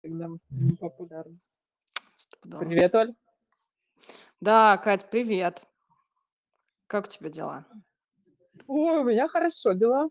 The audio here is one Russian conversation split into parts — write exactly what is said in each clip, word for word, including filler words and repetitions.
Когда мы станем популярны. Стопудово. Привет, Оль. Да, Кать, привет. Как у тебя дела? Ой, у меня хорошо дела.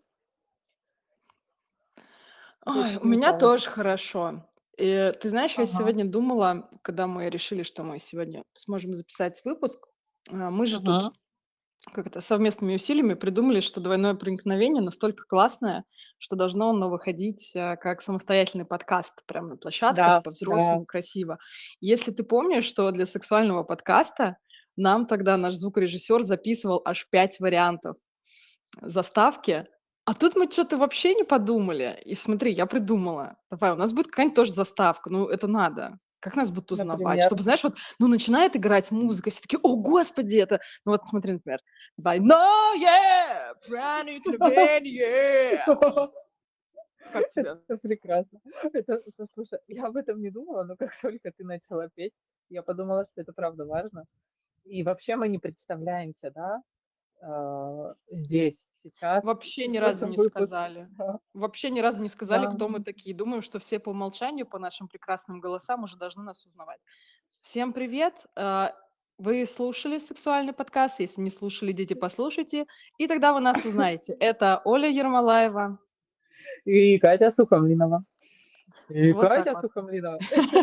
Ой, у Дочки меня устала тоже сейчас. хорошо. И ты знаешь, я Ага. сегодня думала, когда мы решили, что мы сегодня сможем записать выпуск, а, мы же тут, Мгм. как это, совместными усилиями придумали, что «Двойное проникновение» настолько классное, что должно оно выходить, а, как самостоятельный подкаст прямо на площадках, Да, да. по-взрослому, красиво. Если ты помнишь, что для сексуального подкаста нам тогда наш звукорежиссер записывал аж пять вариантов заставки, а тут мы чё-то вообще не подумали. И смотри, я придумала. Давай, у нас будет какая-нибудь тоже заставка, ну, это надо. Как нас будут узнавать? Например. Чтобы, знаешь, вот, ну, начинает играть музыка, все такие: «О, господи, это...» Ну, вот смотри, например: «Двойное проникновение». Как тебе? Это прекрасно. Это, это, слушай, я об этом не думала, но как только ты начала петь, я подумала, что это правда важно. И вообще мы не представляемся, да, а, здесь, сейчас, Вообще ни в разу этом не выпуске. сказали. Да, Вообще ни разу не сказали, да. кто мы такие. Думаем, что все по умолчанию, по нашим прекрасным голосам уже должны нас узнавать. Всем привет! А, Вы слушали сексуальный подкаст? Если не слушали, идите послушайте, и тогда вы нас узнаете. Это Оля Ермолаева. И Катя Сухомлинова. И Вот так Катя вот. Сухомлинова.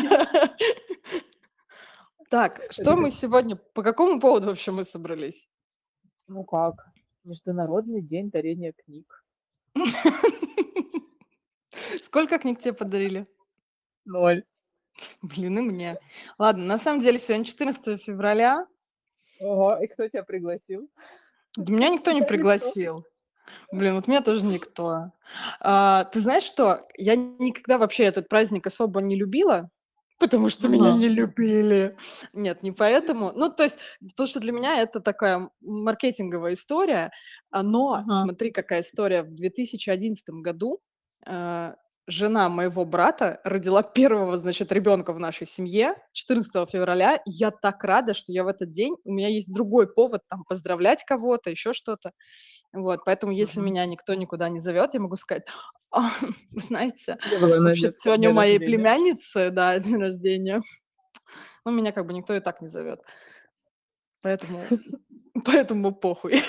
Так, Это что мы как, сегодня, по какому поводу вообще мы собрались? ну как, Международный день дарения книг. Сколько книг тебе подарили? Ноль. Блин, и мне. Ладно, на самом деле сегодня четырнадцатое февраля. Ого, и кто тебя пригласил? Да меня никто не Я никто. пригласил. Блин, вот меня тоже никто. А, ты знаешь что? Я никогда вообще этот праздник особо не любила, потому что меня Мгм. не любили. Нет, не поэтому. Ну, то есть, потому что для меня это такая м маркетинговая история. А, но Мгм. смотри, какая история. В две тысячи одиннадцатом году, а, жена моего брата родила первого, значит, ребенка в нашей семье четырнадцатого февраля. И я так рада, что я в этот день у меня есть другой повод там поздравлять кого-то, еще что-то. Вот, поэтому если Мгм. меня никто никуда не зовет, я могу сказать: «А, вы знаете, Я была на вообще-то детском сегодня у дне моей рождения. племянницы, да, день рождения». Ну, меня как бы никто и так не зовет, поэтому поэтому похуй.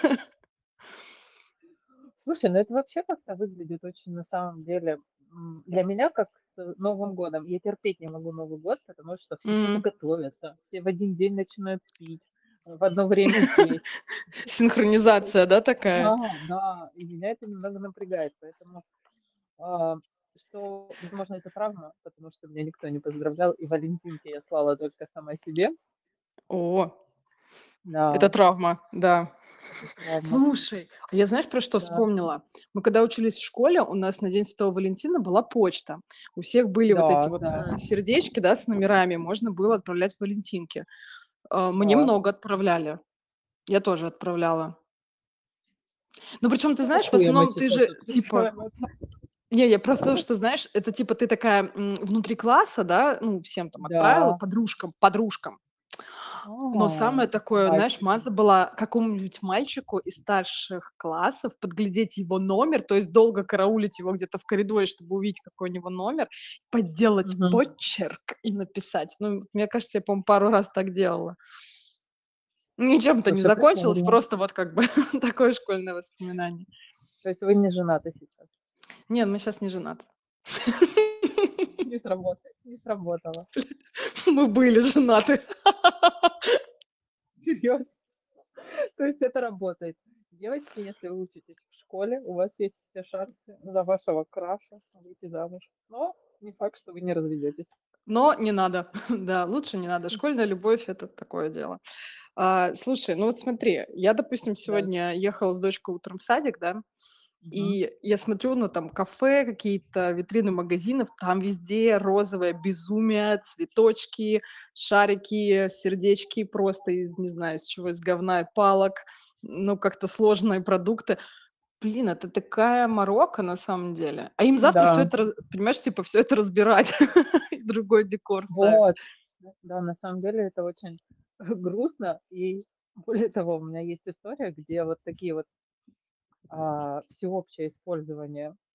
Слушай, ну это вообще как-то выглядит очень на самом деле, м, для меня как с Новым годом. Я терпеть не могу Новый год, потому что все что-то М, готовятся, все в один день начинают пить, в одно время есть. То есть, синхронизация, да, такая? да, да, и меня это немного напрягает, поэтому А, что, возможно, это травма, потому что меня никто не поздравлял, и валентинки я слала только сама себе. О, это Да, травма, да. это травма. Слушай, а я знаешь, про что Да, вспомнила? Мы когда учились в школе, у нас на День Святого Валентина была почта. У всех были вот эти да, вот, да, э, сердечки, да, с номерами, можно было отправлять валентинки. А, мне да. много отправляли. Я тоже отправляла. Ну, причем, ты Какого знаешь, в хуя мы основном ты сейчас же, типа... обсуждаем это? Не, я просто, что, знаешь, это типа ты такая, м, внутри класса, да, ну, всем там отправила, Да. подружкам, подружкам. Но А, самое такое, знаешь, мальчикам. маза была какому-нибудь мальчику из старших классов подглядеть его номер, то есть долго караулить его где-то в коридоре, чтобы увидеть, какой у него номер, подделать Мгм. почерк и написать. Ну, мне кажется, я, по-моему, пару раз так делала. Ничем-то не Слушай, закончилось, прикольно. просто вот как бы такое школьное воспоминание. То есть вы не женаты сейчас? Не, мы сейчас не женаты. Не сработает, не сработало. Мы были женаты. Серьезно? То есть это работает. Девочки, если вы учитесь в школе, у вас есть все шансы за вашего краша выйти замуж. Но не факт, что вы не разведетесь. Но не надо. Да, лучше не надо. Школьная любовь — это такое дело. А, слушай, ну вот смотри, я, допустим, Да. сегодня ехала с дочкой утром в садик, да, Мгм. и я смотрю, ну, там кафе, какие-то витрины магазинов, там везде розовое безумие, цветочки, шарики, сердечки просто из, не знаю, из чего, из говна и палок, ну, как-то сложные продукты. Блин, это такая морока на самом деле. А им завтра все Да, это, раз понимаешь, типа все это разбирать и другой декор ставить. вот. Да, на самом деле это очень грустно. И более того, у меня есть история, где вот такие вот а, всеобщее использование.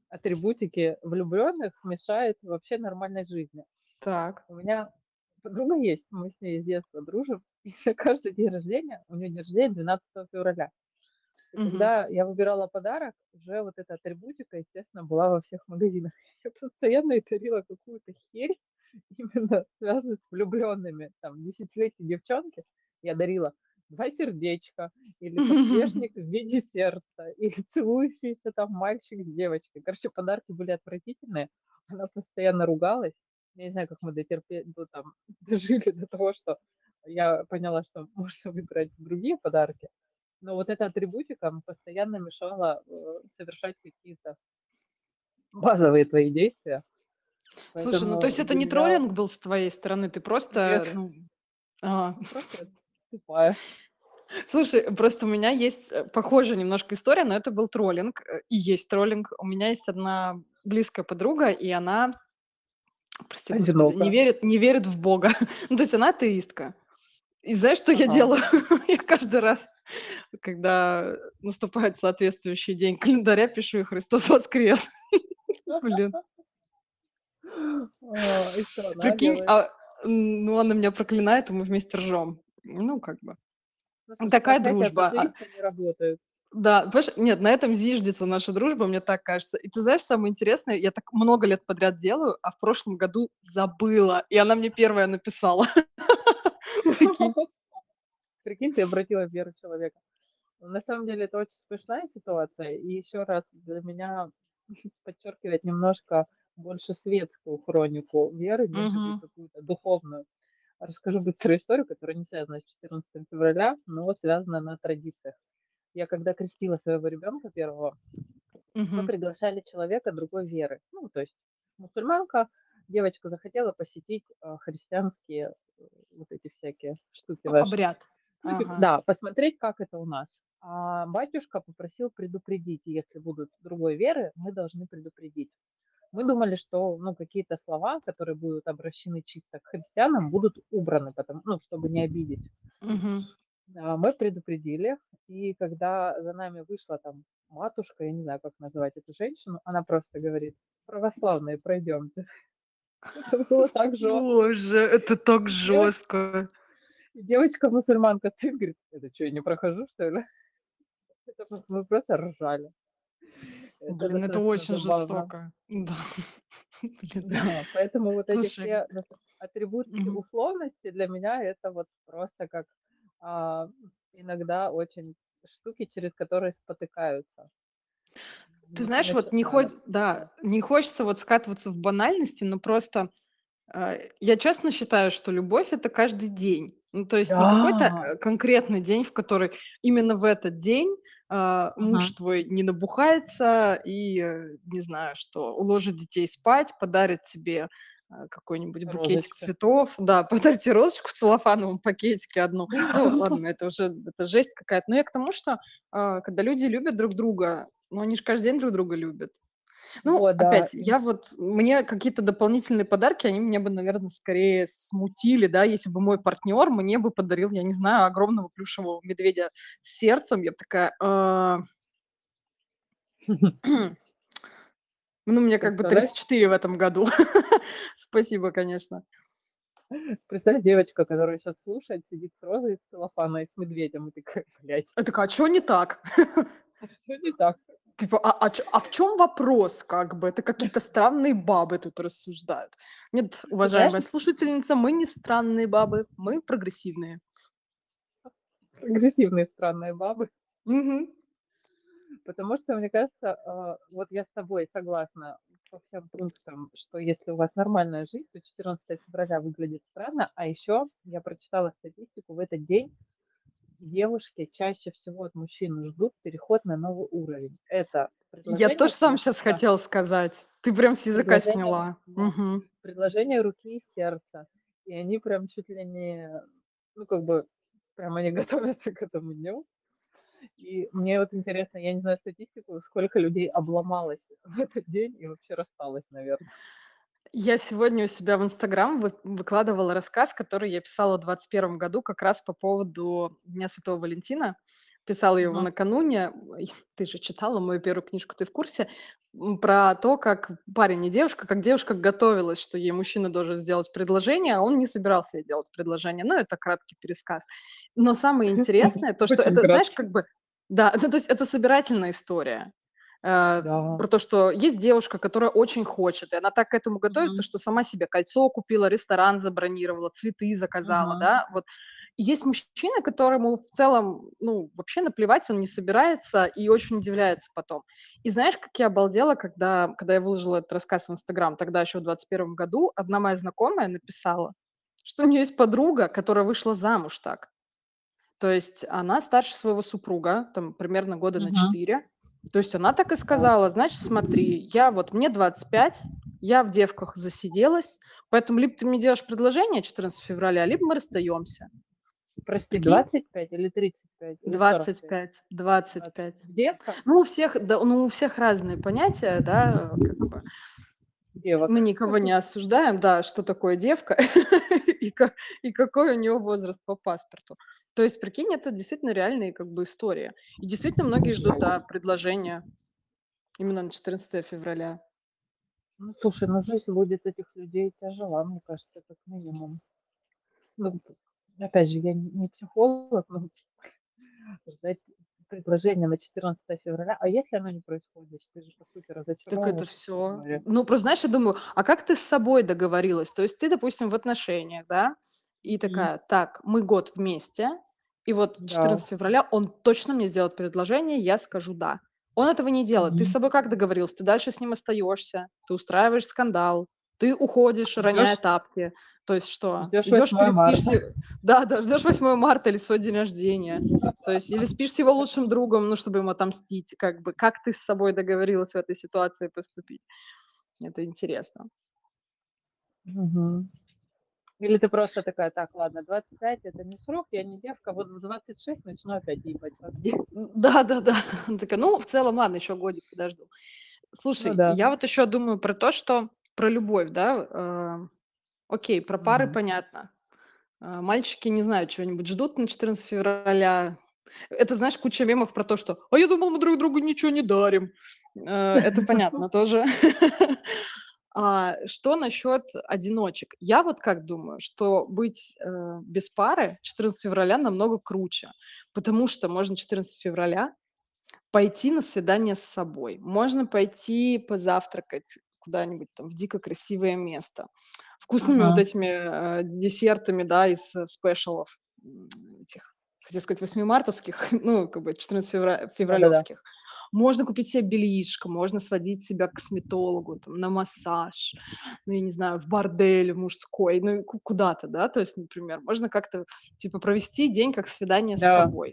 атрибутики влюбленных мешает вообще нормальной жизни. Так. У меня подруга есть, мы с ней с детства дружим, и на каждый день рождения, у нее день рождения двенадцатого февраля. И Мгм. когда я выбирала подарок, уже вот эта атрибутика, естественно, была во всех магазинах. Я постоянно ей дарила какую-то херь, именно связанную с влюбленными. Там, десятилетней девчонке я дарила два сердечка, или подсвечник в виде сердца, или целующийся там мальчик с девочкой. Короче, подарки были отвратительные. Она постоянно ругалась. Я не знаю, как мы дотерпели, ну, там, дожили до того, что я поняла, что можно выбрать другие подарки. Но вот эта атрибутика постоянно мешала, э, совершать какие-то базовые твои действия. Слушай, ну то Поэтому есть это для не меня троллинг был с твоей стороны, ты нет, просто, ну, а. ну просто я тупая. Слушай, просто у меня есть, э, похожая немножко история, но это был троллинг, э, и есть троллинг. У меня есть одна близкая подруга, и она, прости господи, не Одиноко. верит не верит в Бога. Ну, то есть она атеистка. И знаешь, что я Ага. делаю? Я каждый раз, когда наступает соответствующий день календаря, пишу ей: «Христос воскрес!» Блин. А, и что она Прикинь, делает? а, м, ну, она меня проклинает, и мы вместе ржем. Ну, как бы. Ну, слушай, Такая проклятия с дружба. А, атеистами работают. да, понимаешь, нет, на этом зиждется наша дружба, мне так кажется. И ты знаешь, самое интересное, я так много лет подряд делаю, а в прошлом году забыла, и она мне первая написала. Прикинь. Прикинь, ты обратила веру человека. На самом деле это очень смешная ситуация. И еще раз для меня подчеркивает немножко больше светскую хронику веры, нежели Мгм. какую-то духовную. Расскажу быструю историю, которая не связана с четырнадцатым февраля, но связана на традициях. Я когда крестила своего ребенка первого, мы Мгм. приглашали человека другой веры. Ну, то есть мусульманка, девочка захотела посетить а, христианские э, вот эти всякие штуки Ну, ваши. обряд. Ну, типа, Ага. да, посмотреть, как это у нас. А батюшка попросил предупредить, если будут другой веры, мы должны предупредить. Мы думали, что, ну, какие-то слова, которые будут обращены чисто к христианам, будут убраны, потому, ну, чтобы не обидеть. Мгм. А, Мы предупредили, и когда за нами вышла там матушка, я не знаю, как называть эту женщину, она просто говорит: православные, пройдемте. Это было так жестко. Боже, это так И девочка, жестко. и девочка-мусульманка стоит, говорит: это что, я не прохожу, что ли? Это мы мы просто ржали. Это Блин, это достаточно очень забавно. жестоко. Да. Блин. Да, поэтому вот эти Слушай, все на са атрибутики мгм. условности для меня — это вот просто как, а, иногда очень штуки, через которые спотыкаются. Ты Н знаешь, вот не хо начиная да. да, не хочется вот скатываться в банальности, но просто, а, я честно считаю, что любовь — это каждый день. Ну, то есть не какой-то, Да! э, конкретный день, в который именно в этот день, а, муж Мгм. твой не набухается и, э, не знаю, что уложит детей спать, подарит тебе, а, какой-нибудь букетик Розочка. цветов. Да, подарит те розочку в целлофановом пакетике одну. Ну, ладно, это уже это жесть какая-то. Но я к тому, что, а, когда люди любят друг друга, ну, они же каждый день друг друга любят. Ну, Вот, да. опять, И я вот мне какие-то дополнительные подарки, они меня бы, наверное, скорее смутили, да, если бы мой партнер мне бы подарил, я не знаю, огромного плюшевого медведя с сердцем. Я бы такая, а, ну, мне как бы представляешь тридцать четыре в этом году. Спасибо, конечно. представь, девочка, которая сейчас слушает, сидит с розой из целлофана и с медведем, и такая: "Блядь, Я такая: «А чё не так?» а что не так?" Типа, а а чё а в чем вопрос, как бы? Это какие-то странные бабы тут рассуждают. Нет, Ты знаешь, уважаемая слушательница, мы не странные бабы, мы прогрессивные. прогрессивные странные бабы. Мгм. Потому что, мне кажется, а, вот я с тобой согласна по всем пунктам, что если у вас нормальная жизнь, то четырнадцатое февраля выглядит странно. А еще я прочитала статистику, в этот день девушки чаще всего от мужчин ждут переход на новый уровень. Это Я предложение тоже сам сейчас сердца, хотела сказать. Ты прям с языка предложение, сняла. да, Мгм. предложение руки и сердца. И они прям чуть ли не, ну, как бы, прям они готовятся к этому дню. И мне вот интересно, я не знаю статистику, сколько людей обломалось в этот день и вообще рассталось, наверное. Я сегодня у себя в «Инстаграм» вы выкладывала рассказ, который я писала в двадцать первом году как раз по поводу Дня Святого Валентина. Писала его Мгм. накануне. Ой, ты же читала мою первую книжку, ты в курсе. м, про то, как парень и девушка, как девушка готовилась, что ей мужчина должен сделать предложение, а он не собирался ей делать предложение. Ну, это краткий пересказ. Но самое интересное то, что Очень это, знаешь, краткий. как бы да, это, то есть это собирательная история. Э, Да. про то, что есть девушка, которая очень хочет, и она так к этому готовится, Мгм. что сама себе кольцо купила, ресторан забронировала, цветы заказала, Мгм. да. Вот. И есть мужчина, которому в целом, ну, вообще наплевать, он не собирается и очень удивляется потом. И знаешь, как я обалдела, когда когда я выложила этот рассказ в "Инстаграм", тогда еще в двадцать первом году, одна моя знакомая написала, что у нее есть подруга, которая вышла замуж так. То есть она старше своего супруга, там примерно года на Мгм. четыре. То есть она так и Да. сказала: "Значит, смотри, я вот мне двадцать пять, я в девках засиделась, поэтому либо ты мне делаешь предложение четырнадцатого февраля, либо мы расстаемся". Прости, Прикинь? двадцать пять или тридцать пять или сорок двадцать пять? пять, двадцать двадцать. пять. В девках? Ну, у всех, да, ну, у всех разные понятия, да, как бы. Девок. Мы никого не осуждаем, да, что такое девка и ка и какой у нее возраст по паспорту. То есть, прикинь, это действительно реальные как бы истории. И действительно многие ждут, Жесть. да, предложения именно на четырнадцатого февраля. Ну, слушай, ну жизнь будет этих людей тяжела, мне кажется, как минимум. Ну, опять же, я не не психолог, но ждать предложения на четырнадцатое февраля. А если оно не происходит? Ты же, по сути, Так это разочаровываешься в все. партнере. Ну, просто знаешь, я думаю, а как ты с собой договорилась? То есть ты, допустим, в отношениях, да, и Мгм. такая: "Так, мы год вместе, и вот Да. четырнадцатого февраля он точно мне сделает предложение, я скажу "да". Он этого не делает. Ты с Мгм. собой как договорилась? Ты дальше с ним остаешься, ты устраиваешь скандал, ты уходишь, роняя Ждешь тапки. То есть что? ждешь Идешь, восьмое переспишь марта. се да-да, ждешь восьмое марта или свой день рождения. То есть или спишь с его лучшим другом, ну, чтобы ему отомстить. Как бы как ты с собой договорилась в этой ситуации поступить? Это интересно. Мгм. Или ты просто такая: "Так, ладно, двадцать пять это не срок, я не девка, вот в двадцать шесть начну опять ебать мозги". М, да-да-да. Такая: "Ну, в целом, ладно, еще годик подожду". Ну Слушай, да. я вот еще думаю про то, что про любовь, да. Э, окей, про пары Мгм. понятно. А, мальчики, не знаю, чего-нибудь ждут на четырнадцатого февраля. Это, знаешь, куча мемов про то, что: "А я думал, мы друг другу ничего не дарим". Э, это понятно тоже. А что насчет одиночек? Я вот как думаю, что быть, э, без пары четырнадцатого февраля намного круче, потому что можно четырнадцатого февраля пойти на свидание с собой, можно пойти позавтракать куда-нибудь там в дико красивое место, вкусными вот Мгм. этими, э, десертами, да, из э, спешалов, м, этих, хотела сказать, восьмимартовских, ну, как бы четырнадцатого февра Да-да-да. февралевских. Можно купить себе бельишко, можно сводить себя к косметологу, там, на массаж, ну, я не знаю, в бордель, в мужской, ну, и ку куда-то, да, то есть, например, можно как-то, типа, провести день как свидание с Да, собой.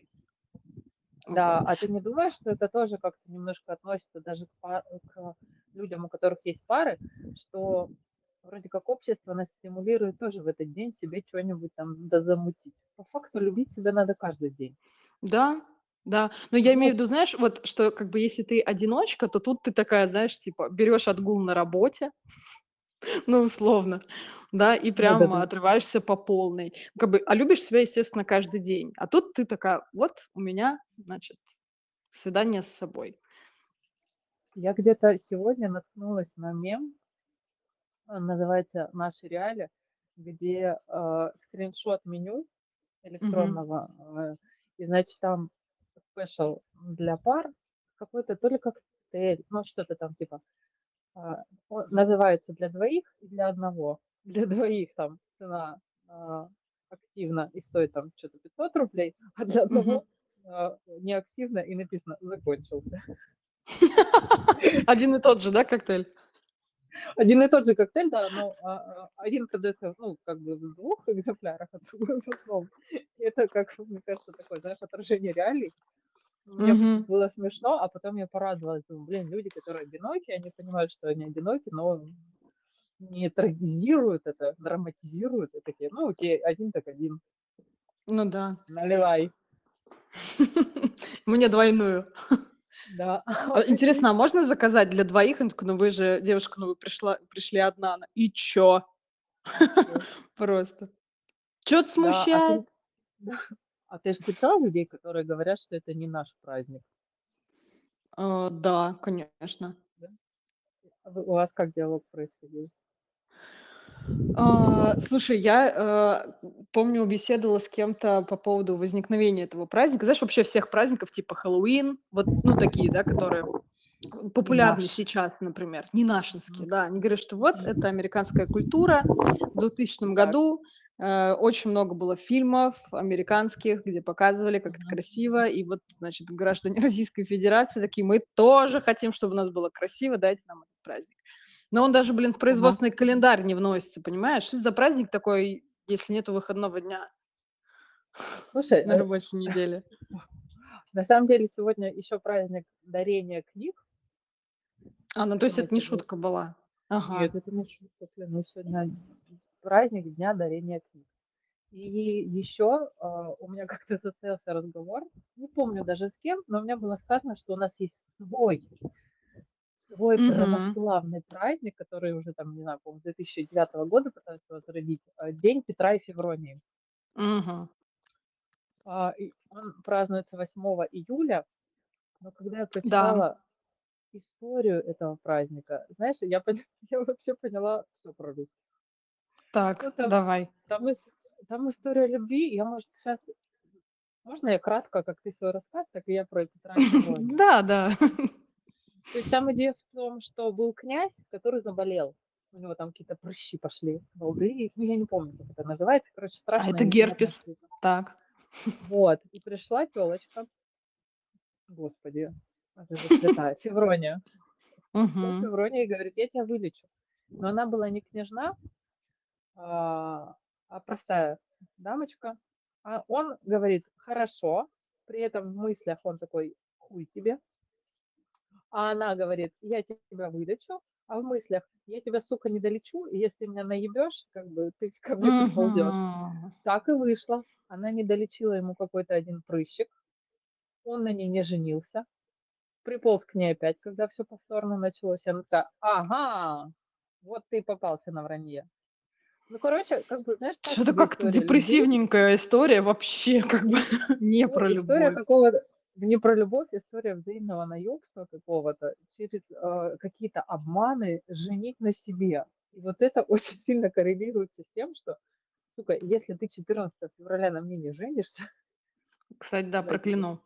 да. Вот. А ты не думаешь, что это тоже как-то немножко относится даже к па к людям, у которых есть пары, что вроде как общество нас стимулирует тоже в этот день себе чё нибудь там дозамутить. По факту любить себя надо каждый день. Да, да. Но я имею в Ну, виду, знаешь, вот что как бы если ты одиночка, то тут ты такая, знаешь, типа берешь отгул на работе, ну, условно, да, и прям да-да-да. отрываешься по полной. Как бы, а любишь себя, естественно, каждый день. А тут ты такая: "Вот у меня, значит, свидание с собой". Я где-то сегодня наткнулась на мем, он называется "Наши реалии", где, э, скриншот меню Мгм. электронного, э, и, значит, там спешл для пар какой-то, то ли коктейль, ну, что-то там типа, а, он называется для двоих и для одного. Для двоих там цена, а, активна и стоит там что то пятьсот рублей, а для Мгм. одного, а, неактивно и написано "закончился". Один и тот же, да, коктейль? Один и тот же коктейль, да, но, а, а, один продается, ну, как бы в двух экземплярах, а другой в одном. И это, как мне кажется, такое, знаешь, отражение реалий. Мне Мгм. было смешно, а потом я порадовалась. Думаю, блин, люди, которые одиноки, они понимают, что они одиноки, но не трагизируют это, драматизируют и такие: "Ну, окей, один так один, Ну да. наливай". Мне двойную. Да, а А прикинь, интересно, а можно заказать для двоих? Он такой: "Ну вы же, девушка, ну вы пришла пришли одна". Она: "И чё?" и чё? Просто. Чё-то Да, а ты смущает. да, а ты встречала людей, которые говорят, что это не наш праздник? А, да, конечно. Да? А вы у вас как диалог происходил? А, слушай, я, э, помню, беседовала с кем-то по поводу возникновения этого праздника. Знаешь, вообще всех праздников типа Хэллоуин, вот, ну, такие, да, которые Не популярны наш. сейчас, например, ненашинские, Мгм. да. Они говорят, что вот Мгм. это американская культура. В двухтысячном Так. году, э, очень много было фильмов американских, где показывали, как это Мгм. красиво. И вот, значит, граждане Российской Федерации такие: "Мы тоже хотим, чтобы у нас было красиво, дайте нам этот праздник". Но он даже, блин, в Ага. производственный календарь не вносится, понимаешь? Что это за праздник такой, если нету выходного дня Слушай, на э, рабочей неделе? на самом деле сегодня еще праздник дарения книг. А, ну, то есть это не Поэтому сегодня шутка была. Ага. нет, это не шутка, клянусь, сегодня праздник Дня дарения книг. И еще, а, у меня как-то состоялся разговор, не помню даже с кем, но мне было сказано, что у нас есть свой свой Мгм. православный праздник, который уже там, не знаю, по-моему, с две тысячи девятого года пытаются возродить, а, День Петра и Февронии. Мгм. А, и он празднуется восьмого июля, но когда я Да. прочитала историю этого праздника, знаешь, я поня я вообще поняла всё про русских. Так, Ну, там давай. там ис там история любви. Я, может, щас можно я кратко, как ты свой рассказ, так и я про Петра и Февронию? Да, да. То есть там идея в том, что был князь, который заболел. У него там какие-то прыщи пошли, волдыри. Ну, я не помню, как это называется. Короче, А страшная это неприятная герпес. штука. Так. Вот. И пришла тёлочка, господи, это же святая, Феврония. Пришла Мгм. Феврония и говорит: "Я тя вылечу". Но она была не княжна, а, а простая дамочка. А он говорит: "Хорошо". При этом в мыслях он такой: "Хуй тебе". А она говорит: "Я тебя вылечу". А в мыслях: "Я тебя, сука, не долечу, и если ты меня наебешь, как бы ты ко мне приползешь". Мгм. Так и вышло. Она не долечила ему какой-то один прыщик, он на ней не женился, приполз к ней опять, когда всё повторно началось. И она такая: "Ага, вот ты и попался на вранье". Ну, короче, как бы, знаешь, так Чё-то себе как-то история любви. депрессивненькая история, вообще как бы И не ну, про история любовь. какого-то не про любовь, история взаимного наёбства какого-то через, а, какие-то обманы женить на себе. И вот это очень сильно коррелируется с тем, что, сука, если ты четырнадцатого февраля на мне не женишься, Кстати, да, значит прокляну.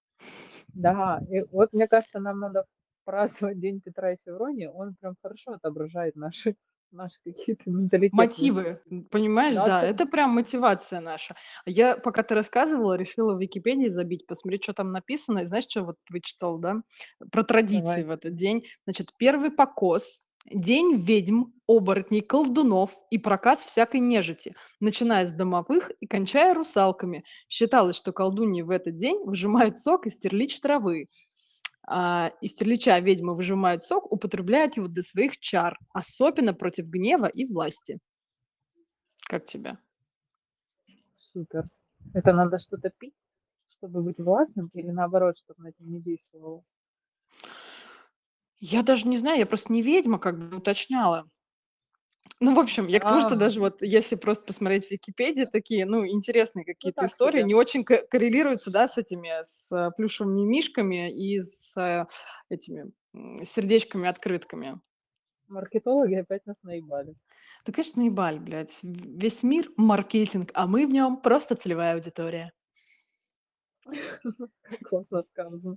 Да, и вот мне кажется, нам надо праздновать День Петра и Февронии. Он прям хорошо отображает наши наши какие-то менталитетные Мотивы, штуки. м, понимаешь, Да, да, т это прям мотивация наша. Я, пока ты рассказывала, решила в "Википедии" забить, посмотреть, чё там написано. И знаешь, чё вот вычитала, да? Про традиции Давай. в этот день. Значит, первый покос, день ведьм, оборотней, колдунов и проказ всякой нежити, начиная с домовых и кончая русалками. Считалось, что колдуньи в этот день выжимают сок из терлич травы. А, из терлича ведьмы выжимают сок, употребляют его для своих чар, особенно против гнева и власти. Как тебе? Супер. Это надо что-то пить, чтобы быть властным, или наоборот, чтобы на тя не действовало? Я даже не знаю, я просто не ведьма, как бы уточняла. Ну, в общем, я к тому, что А. даже вот если просто посмотреть в "Википедии", такие, ну, интересные Ну, какие-то так истории, себе. не очень ко коррелируются, да, с этими, с плюшевыми мишками и с этими, м, сердечками-открытками. Маркетологи опять нас наебали. Да, конечно, наебали, блядь. В весь мир- маркетинг, а мы в нём- просто целевая аудитория. Как классно сказано.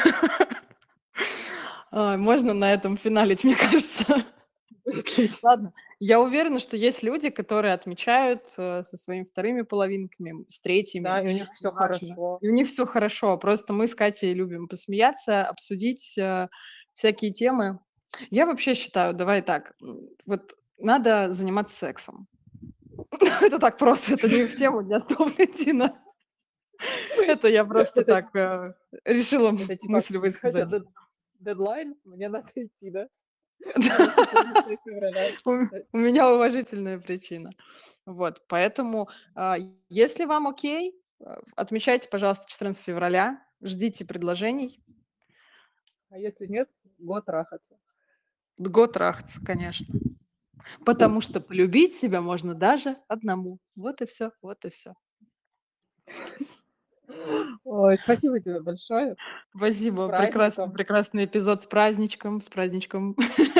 Ой, можно на этом финалить, мне кажется. Отлично. Ладно, я уверена, что есть люди, которые отмечают, э, со своими вторыми половинками, с третьими, Да, и у них всё неважно. хорошо. И у них всё хорошо. Просто мы с Катей любим посмеяться, обсудить, э, всякие темы. Я вообще считаю, давай так, м, вот надо заниматься сексом. Это так просто, это не в тему Дня Святого Валентина. Это я просто Это так, э, решила это типа: мысль "Катя, высказать. дед дедлайн, мне надо идти, да? Скоро четырнадцатое февраля". У Э у меня уважительная причина. Вот, поэтому, а, если вам окей, а, отмечайте, пожалуйста, четырнадцатое февраля, ждите предложений. А если нет, го трахаться. Го трахаться, конечно. Потому что полюбить себя можно даже одному. Вот и всё, вот и всё. Ой, спасибо тебе большое. С Спасибо. Прекрасный праздником. прекрасный эпизод. С праздничком, с праздничком.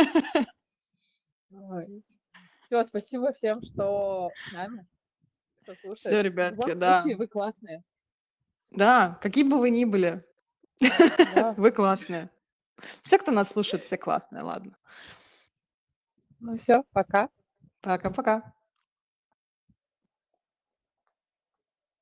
Ой. Всё, спасибо всем, что с нами, кто слушает. Всё, В ребятки, любом случае да. вы классные. Да, какие бы вы ни были, Да. вы классные. Все, кто нас слушает, все классные, ладно. Ну всё, пока. Пока-пока.